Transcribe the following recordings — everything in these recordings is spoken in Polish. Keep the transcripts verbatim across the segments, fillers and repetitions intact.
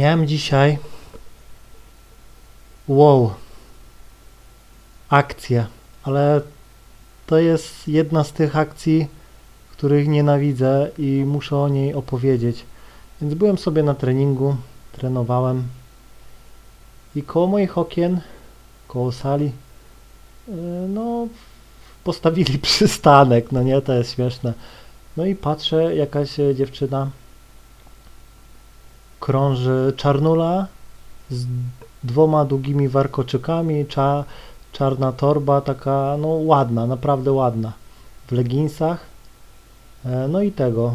Miałem dzisiaj, wow, akcję, ale to jest jedna z tych akcji, których nienawidzę i muszę o niej opowiedzieć. Więc byłem sobie na treningu, trenowałem i koło moich okien, koło sali, yy, no postawili przystanek, no nie, to jest śmieszne. No i patrzę, jakaś e, dziewczyna krąży czarnula z dwoma długimi warkoczykami, cza, czarna torba, taka no ładna, naprawdę ładna, w leginsach, e, no i tego.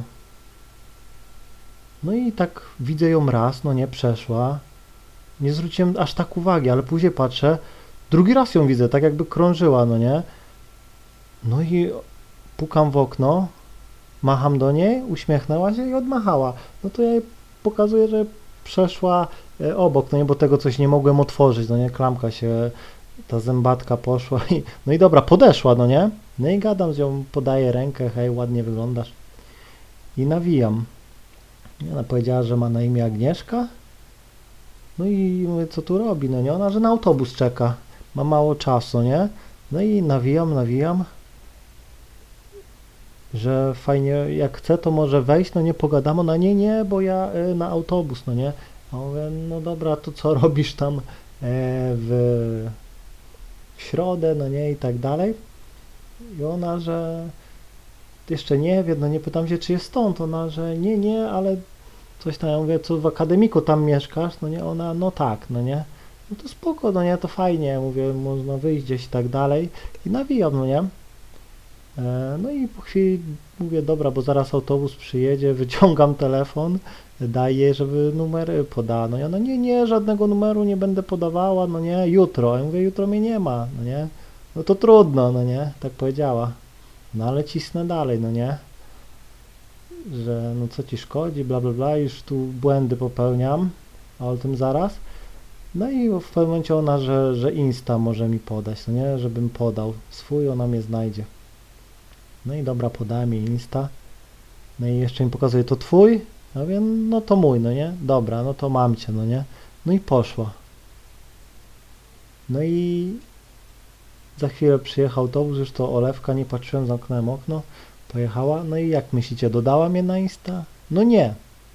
No i tak widzę ją raz, no nie, przeszła, nie zwróciłem aż tak uwagi, ale później patrzę, drugi raz ją widzę, tak jakby krążyła, no nie, no i pukam w okno, macham do niej, uśmiechnęła się i odmachała, no to ja jej pokazuję, że przeszła e, obok, no nie, bo tego coś nie mogłem otworzyć, no nie, klamka się, ta zębatka poszła i, no i dobra, podeszła, no nie, no i gadam z nią, podaję rękę, hej, ładnie wyglądasz i nawijam. I ona powiedziała, że ma na imię Agnieszka, no i mówię, co tu robi, no nie, ona, że na autobus czeka, ma mało czasu, nie, no i nawijam, nawijam, że fajnie, jak chce, to może wejść, no nie, pogadamy, no nie, nie, bo ja y, na autobus, no nie, a mówię, no dobra, to co robisz tam e, w, w środę, no nie, i tak dalej, i ona, że jeszcze nie wie, no nie, pytam się, czy jest stąd, ona, że nie, nie, ale coś tam, ja mówię, co w akademiku tam mieszkasz, no nie, ona, no tak, no nie, no to spoko, no nie, to fajnie, mówię, można wyjść gdzieś i tak dalej, i nawijam, no nie. No i po chwili mówię, dobra, bo zaraz autobus przyjedzie, wyciągam telefon, daję, żeby numery podała. No i ona, nie, nie, żadnego numeru nie będę podawała, no nie, jutro. Ja mówię, jutro mnie nie ma, no nie. No to trudno, no nie, tak powiedziała. No ale cisnę dalej, no nie. Że no co ci szkodzi, bla, bla, bla, już tu błędy popełniam, a o tym zaraz. No i w pewnym momencie ona, że, że Insta może mi podać, no nie, żebym podał swój, ona mnie znajdzie. No i dobra, podałem jej Insta. No i jeszcze mi pokazuje, to twój? Ja mówię, no to mój, no nie? Dobra, no to mam cię, no nie? No i poszła. No i za chwilę przyjechał autobus, już to Olewka, nie patrzyłem, zamknąłem okno, pojechała. No i jak myślicie, dodała mnie na Insta? No nie.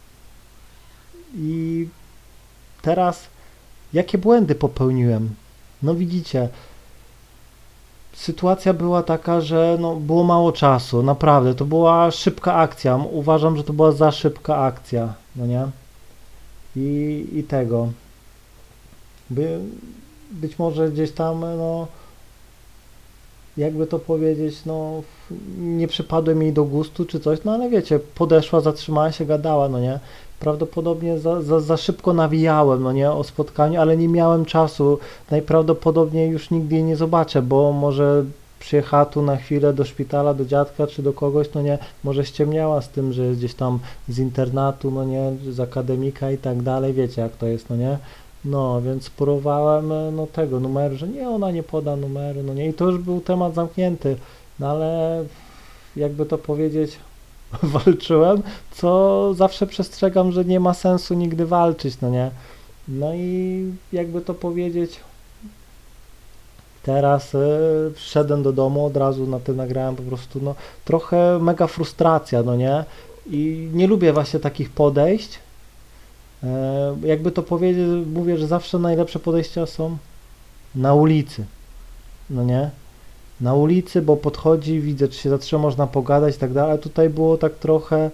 I teraz, jakie błędy popełniłem? No widzicie, sytuacja była taka, że no, było mało czasu, naprawdę, to była szybka akcja, uważam, że to była za szybka akcja, no nie? I, i tego, by, być może gdzieś tam, no, jakby to powiedzieć, no, nie przypadłem jej do gustu czy coś, no ale wiecie, podeszła, zatrzymała się, gadała, no nie? Prawdopodobnie za, za, za szybko nawijałem, no nie, o spotkaniu, ale nie miałem czasu, najprawdopodobniej już nigdy jej nie zobaczę, bo może przyjechała tu na chwilę do szpitala, do dziadka czy do kogoś, no nie, może ściemniała z tym, że jest gdzieś tam z internatu, no nie, z akademika i tak dalej, wiecie jak to jest, no nie. No, więc spróbowałem no tego numeru, że nie, ona nie poda numeru, no nie, i to już był temat zamknięty, no ale jakby to powiedzieć, walczyłem, co zawsze przestrzegam, że nie ma sensu nigdy walczyć, no nie, no i jakby to powiedzieć, teraz y, wszedłem do domu, od razu na tym nagrałem po prostu, no, trochę mega frustracja, no nie, i nie lubię właśnie takich podejść. E, jakby to powiedzieć, mówię, że zawsze najlepsze podejścia są na ulicy, no nie? Na ulicy, bo podchodzi, widzę, czy się zatrzyma, można pogadać i tak dalej, ale tutaj było tak trochę,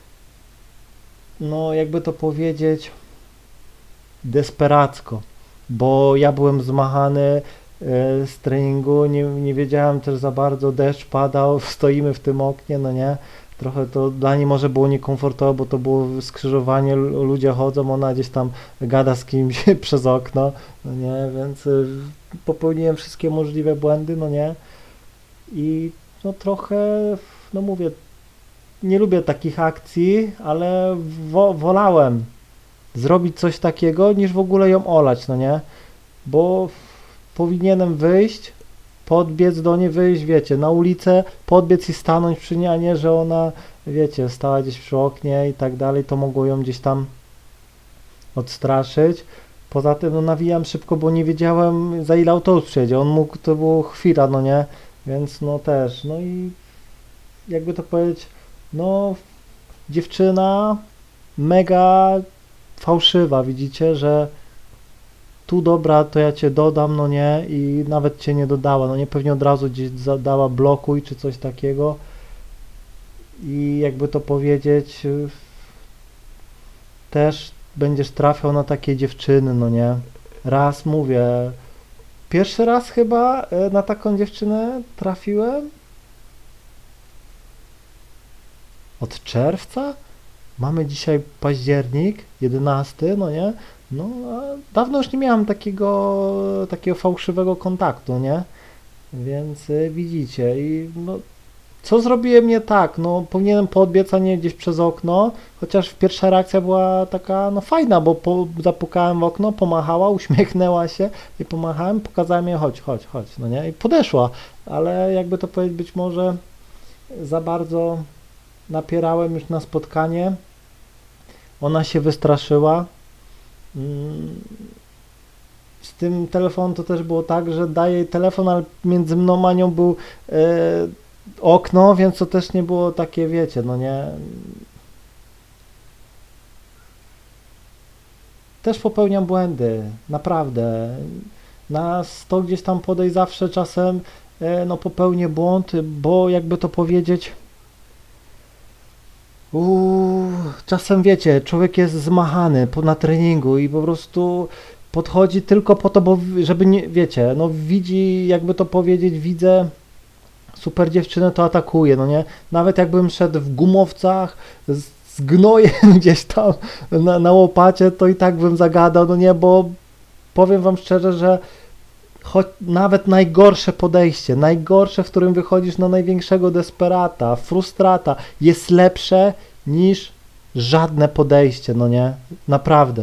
no jakby to powiedzieć, desperacko, bo ja byłem zmachany e, z treningu, nie, nie wiedziałem też za bardzo, deszcz padał, stoimy w tym oknie, no nie? Trochę to dla niej może było niekomfortowo, bo to było skrzyżowanie, ludzie chodzą, ona gdzieś tam gada z kimś przez okno, no nie, więc y, popełniłem wszystkie możliwe błędy, no nie, i no trochę, no mówię, nie lubię takich akcji, ale wo wolałem zrobić coś takiego, niż w ogóle ją olać, no nie, bo powinienem wyjść, podbiec do niej, wyjść, wiecie, na ulicę, podbiec i stanąć przy niej, a nie, że ona, wiecie, stała gdzieś przy oknie i tak dalej, to mogło ją gdzieś tam odstraszyć. Poza tym no nawijam szybko, bo nie wiedziałem za ile autobus przyjedzie. On mógł, to było chwila, no nie? Więc no też, no i jakby to powiedzieć, no dziewczyna mega fałszywa, widzicie, że tu dobra, to ja cię dodam, no nie, i nawet cię nie dodała, no nie, pewnie od razu gdzieś zadała blokuj czy coś takiego i jakby to powiedzieć, też będziesz trafiał na takie dziewczyny, no nie, raz mówię, pierwszy raz chyba e, na taką dziewczynę trafiłem od czerwca, mamy dzisiaj październik, jedenasty, no nie, no a dawno już nie miałem takiego, takiego fałszywego kontaktu, nie, więc y, widzicie i no, co zrobiłem nie tak, no powinienem podbiec, a nie gdzieś przez okno, chociaż pierwsza reakcja była taka, no fajna, bo po, zapukałem w okno, pomachała, uśmiechnęła się i pomachałem, pokazałem jej, chodź, chodź, chodź, no nie, i podeszła, ale jakby to powiedzieć, być może za bardzo napierałem już na spotkanie, ona się wystraszyła. Z tym telefonem to też było tak, że daję jej telefon, ale między mną a nią był e, okno, więc to też nie było takie, wiecie, no nie. Też popełniam błędy, naprawdę. Na sto gdzieś tam podejść zawsze czasem e, no popełnię błąd, bo jakby to powiedzieć, Uuu, czasem wiecie, człowiek jest zmachany po, na treningu i po prostu podchodzi tylko po to, bo w- żeby nie, wiecie, no widzi, jakby to powiedzieć, widzę super dziewczynę, to atakuje, no nie? Nawet jakbym szedł w gumowcach z, z gnojem gdzieś tam na, na łopacie, to i tak bym zagadał, no nie, bo powiem wam szczerze, że choć nawet najgorsze podejście, najgorsze, w którym wychodzisz na największego desperata, frustrata, jest lepsze niż żadne podejście, no nie? Naprawdę.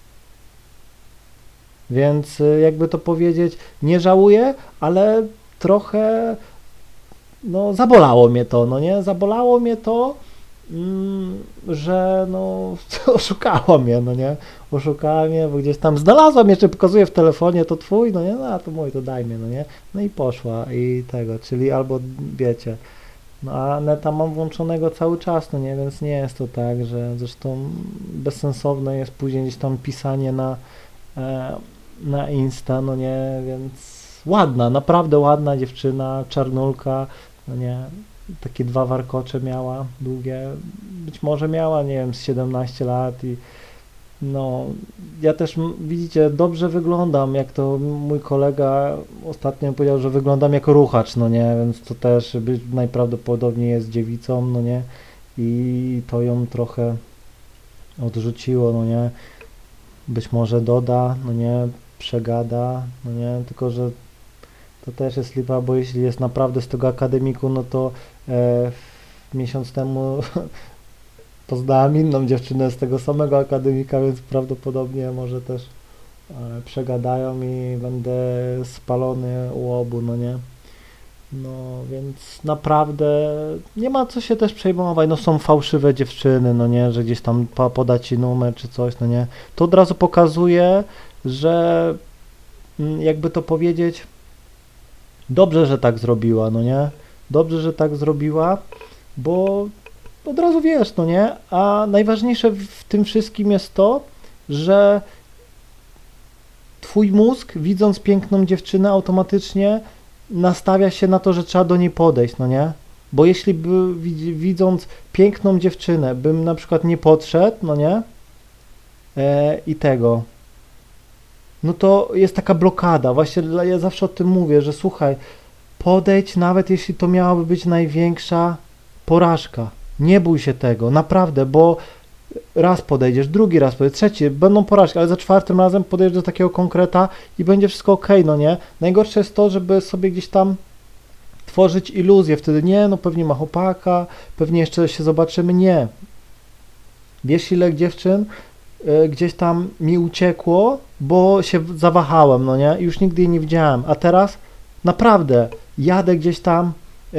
Więc y, jakby to powiedzieć, nie żałuję, ale trochę, no zabolało mnie to, no nie? Zabolało mnie to, mm, że no oszukała mnie, no nie? Oszukała mnie, bo gdzieś tam znalazłam, jeszcze pokazuje w telefonie, to twój, no nie? No a to mój, to daj mnie, no nie? No i poszła i tego, czyli albo wiecie, no a neta mam włączonego cały czas, no nie? Więc nie jest to tak, że zresztą bezsensowne jest później gdzieś tam pisanie na, e, na Insta, no nie? Więc ładna, naprawdę ładna dziewczyna, czarnulka, no nie? Takie dwa warkocze miała, długie, być może miała, nie wiem, z siedemnaście lat i no, ja też, m- widzicie, dobrze wyglądam, jak to mój kolega ostatnio powiedział, że wyglądam jako ruchacz, no nie, więc to też by, najprawdopodobniej jest dziewicą, no nie, i to ją trochę odrzuciło, no nie, być może doda, no nie, przegada, no nie, tylko że to też jest lipa, bo jeśli jest naprawdę z tego akademiku, no to e, miesiąc temu poznałem inną dziewczynę z tego samego akademika, więc prawdopodobnie może też e, przegadają i będę spalony u obu, no nie? No więc naprawdę nie ma co się też przejmować, no są fałszywe dziewczyny, no nie, że gdzieś tam po- poda ci numer czy coś, no nie? To od razu pokazuje, że mm, jakby to powiedzieć, dobrze, że tak zrobiła, no nie? Dobrze, że tak zrobiła, bo od razu wiesz, no nie? A najważniejsze w tym wszystkim jest to, że twój mózg, widząc piękną dziewczynę, automatycznie nastawia się na to, że trzeba do niej podejść, no nie? Bo jeśli by, widz- widząc piękną dziewczynę, bym na przykład nie podszedł, no nie? E, I tego, no to jest taka blokada. Właśnie dla- ja zawsze o tym mówię, że słuchaj, podejdź, nawet jeśli to miałaby być największa porażka. Nie bój się tego, naprawdę, bo raz podejdziesz, drugi raz podejdziesz, trzeci, będą porażki, ale za czwartym razem podejdziesz do takiego konkreta i będzie wszystko ok, no nie? Najgorsze jest to, żeby sobie gdzieś tam tworzyć iluzję, wtedy nie, no pewnie ma chłopaka, pewnie jeszcze się zobaczymy, nie. Wiesz ile dziewczyn y, gdzieś tam mi uciekło, bo się w- zawahałem, no nie? I już nigdy jej nie widziałem, a teraz naprawdę jadę gdzieś tam y,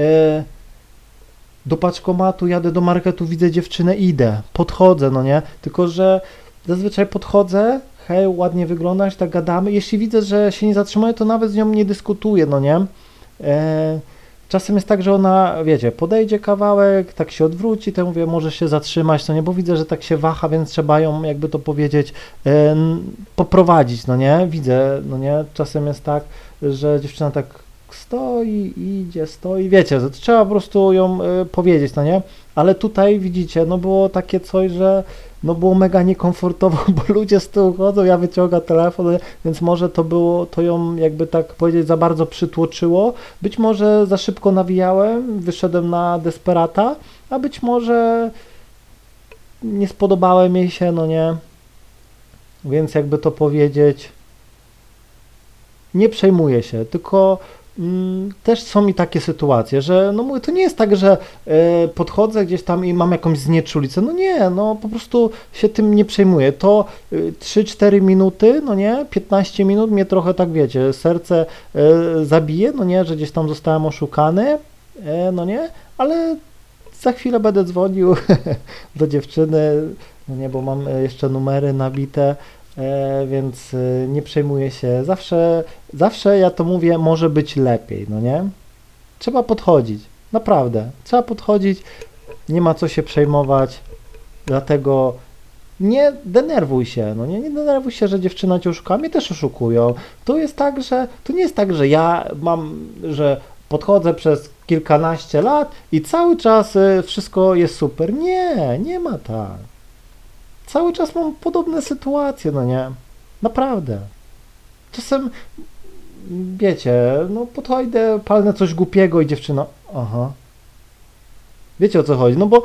do paczkomatu, jadę do marketu, widzę dziewczynę, idę, podchodzę, no nie? Tylko, że zazwyczaj podchodzę, hej, ładnie wyglądasz, tak gadamy. Jeśli widzę, że się nie zatrzymuje, to nawet z nią nie dyskutuję, no nie? E, czasem jest tak, że ona, wiecie, podejdzie kawałek, tak się odwróci, to ja mówię, może się zatrzymać, no nie? Bo widzę, że tak się waha, więc trzeba ją, jakby to powiedzieć, e, poprowadzić, no nie? Widzę, no nie? Czasem jest tak, że dziewczyna tak stoi, idzie, stoi, wiecie, to trzeba po prostu ją y, powiedzieć, no nie? Ale tutaj widzicie, no było takie coś, że no było mega niekomfortowo, bo ludzie z tyłu chodzą, ja wyciągam telefon, więc może to było, to ją jakby tak powiedzieć za bardzo przytłoczyło, być może za szybko nawijałem, wyszedłem na desperata, a być może nie spodobałem jej się, no nie? Więc jakby to powiedzieć, nie przejmuję się, tylko mm, też są i takie sytuacje, że no mówię, to nie jest tak, że y, podchodzę gdzieś tam i mam jakąś znieczulicę, no nie, no po prostu się tym nie przejmuję, to y, trzy cztery minuty, no nie, piętnaście minut mnie trochę tak, wiecie, serce y, zabije, no nie, że gdzieś tam zostałem oszukany, y, no nie, ale za chwilę będę dzwonił do dziewczyny, no nie, bo mam jeszcze numery nabite, E, więc e, nie przejmuję się. Zawsze, zawsze ja to mówię, może być lepiej, no nie? Trzeba podchodzić, naprawdę. Trzeba podchodzić, nie ma co się przejmować, dlatego nie denerwuj się, no nie, nie denerwuj się, że dziewczyna cię oszuka, mnie też oszukują. To jest tak, że, to nie jest tak, że ja mam, że podchodzę przez kilkanaście lat i cały czas e, wszystko jest super. Nie, nie ma tak. Cały czas mam podobne sytuacje, no nie? Naprawdę. Czasem, wiecie, no podchodzę, palnę coś głupiego i dziewczyna, aha. Wiecie o co chodzi? No bo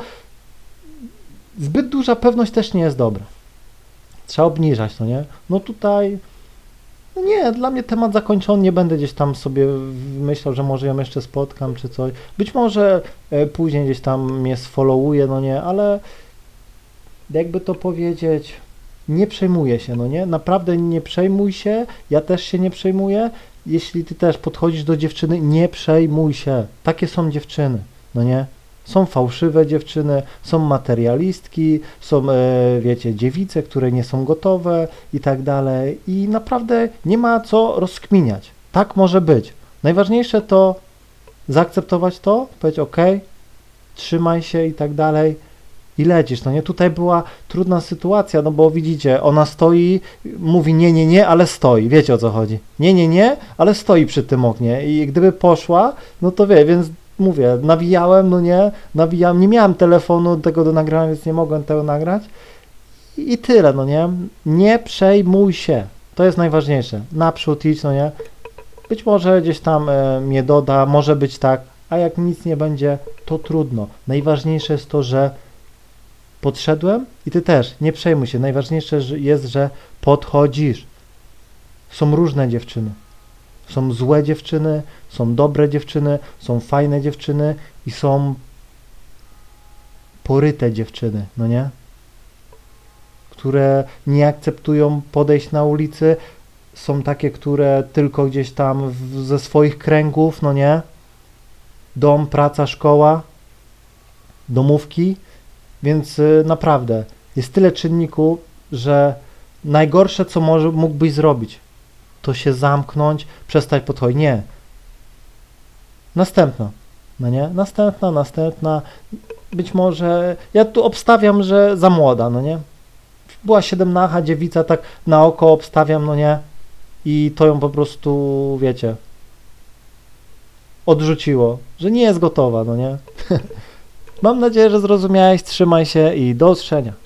zbyt duża pewność też nie jest dobra. Trzeba obniżać, no nie? No tutaj, no nie, dla mnie temat zakończony, nie będę gdzieś tam sobie myślał, że może ją jeszcze spotkam czy coś. Być może e, później gdzieś tam mnie sfollowuje, no nie, ale jakby to powiedzieć, nie przejmuję się, no nie? Naprawdę nie przejmuj się, ja też się nie przejmuję. Jeśli ty też podchodzisz do dziewczyny, nie przejmuj się. Takie są dziewczyny, no nie? Są fałszywe dziewczyny, są materialistki, są, e, wiecie, dziewice, które nie są gotowe i tak dalej. I naprawdę nie ma co rozkminiać. Tak może być. Najważniejsze to zaakceptować to, powiedzieć ok, trzymaj się i tak dalej. I lecisz, no nie? Tutaj była trudna sytuacja, no bo widzicie, ona stoi, mówi nie, nie, nie, ale stoi, wiecie o co chodzi. Nie, nie, nie, ale stoi przy tym oknie i gdyby poszła, no to wie, więc mówię, nawijałem, no nie, nawijałem, nie miałem telefonu tego do nagrania, więc nie mogłem tego nagrać i, i tyle, no nie? Nie przejmuj się, to jest najważniejsze, naprzód idź, no nie? Być może gdzieś tam e, mnie doda, może być tak, a jak nic nie będzie, to trudno. Najważniejsze jest to, że podszedłem i ty też, nie przejmuj się. Najważniejsze jest, że podchodzisz. Są różne dziewczyny. Są złe dziewczyny, są dobre dziewczyny, są fajne dziewczyny i są poryte dziewczyny, no nie? Które nie akceptują podejść na ulicy. Są takie, które tylko gdzieś tam w, ze swoich kręgów, no nie? Dom, praca, szkoła, domówki. Więc y, naprawdę jest tyle czynników, że najgorsze, co może, mógłbyś zrobić, to się zamknąć, przestać podchodzić. Nie. Następna. No nie? Następna, następna. Być może, ja tu obstawiam, że za młoda, no nie? Była siedemnacha dziewica, tak na oko obstawiam, no nie? I to ją po prostu, wiecie, odrzuciło, że nie jest gotowa, no nie? Mam nadzieję, że zrozumiałeś, trzymaj się i do usłyszenia.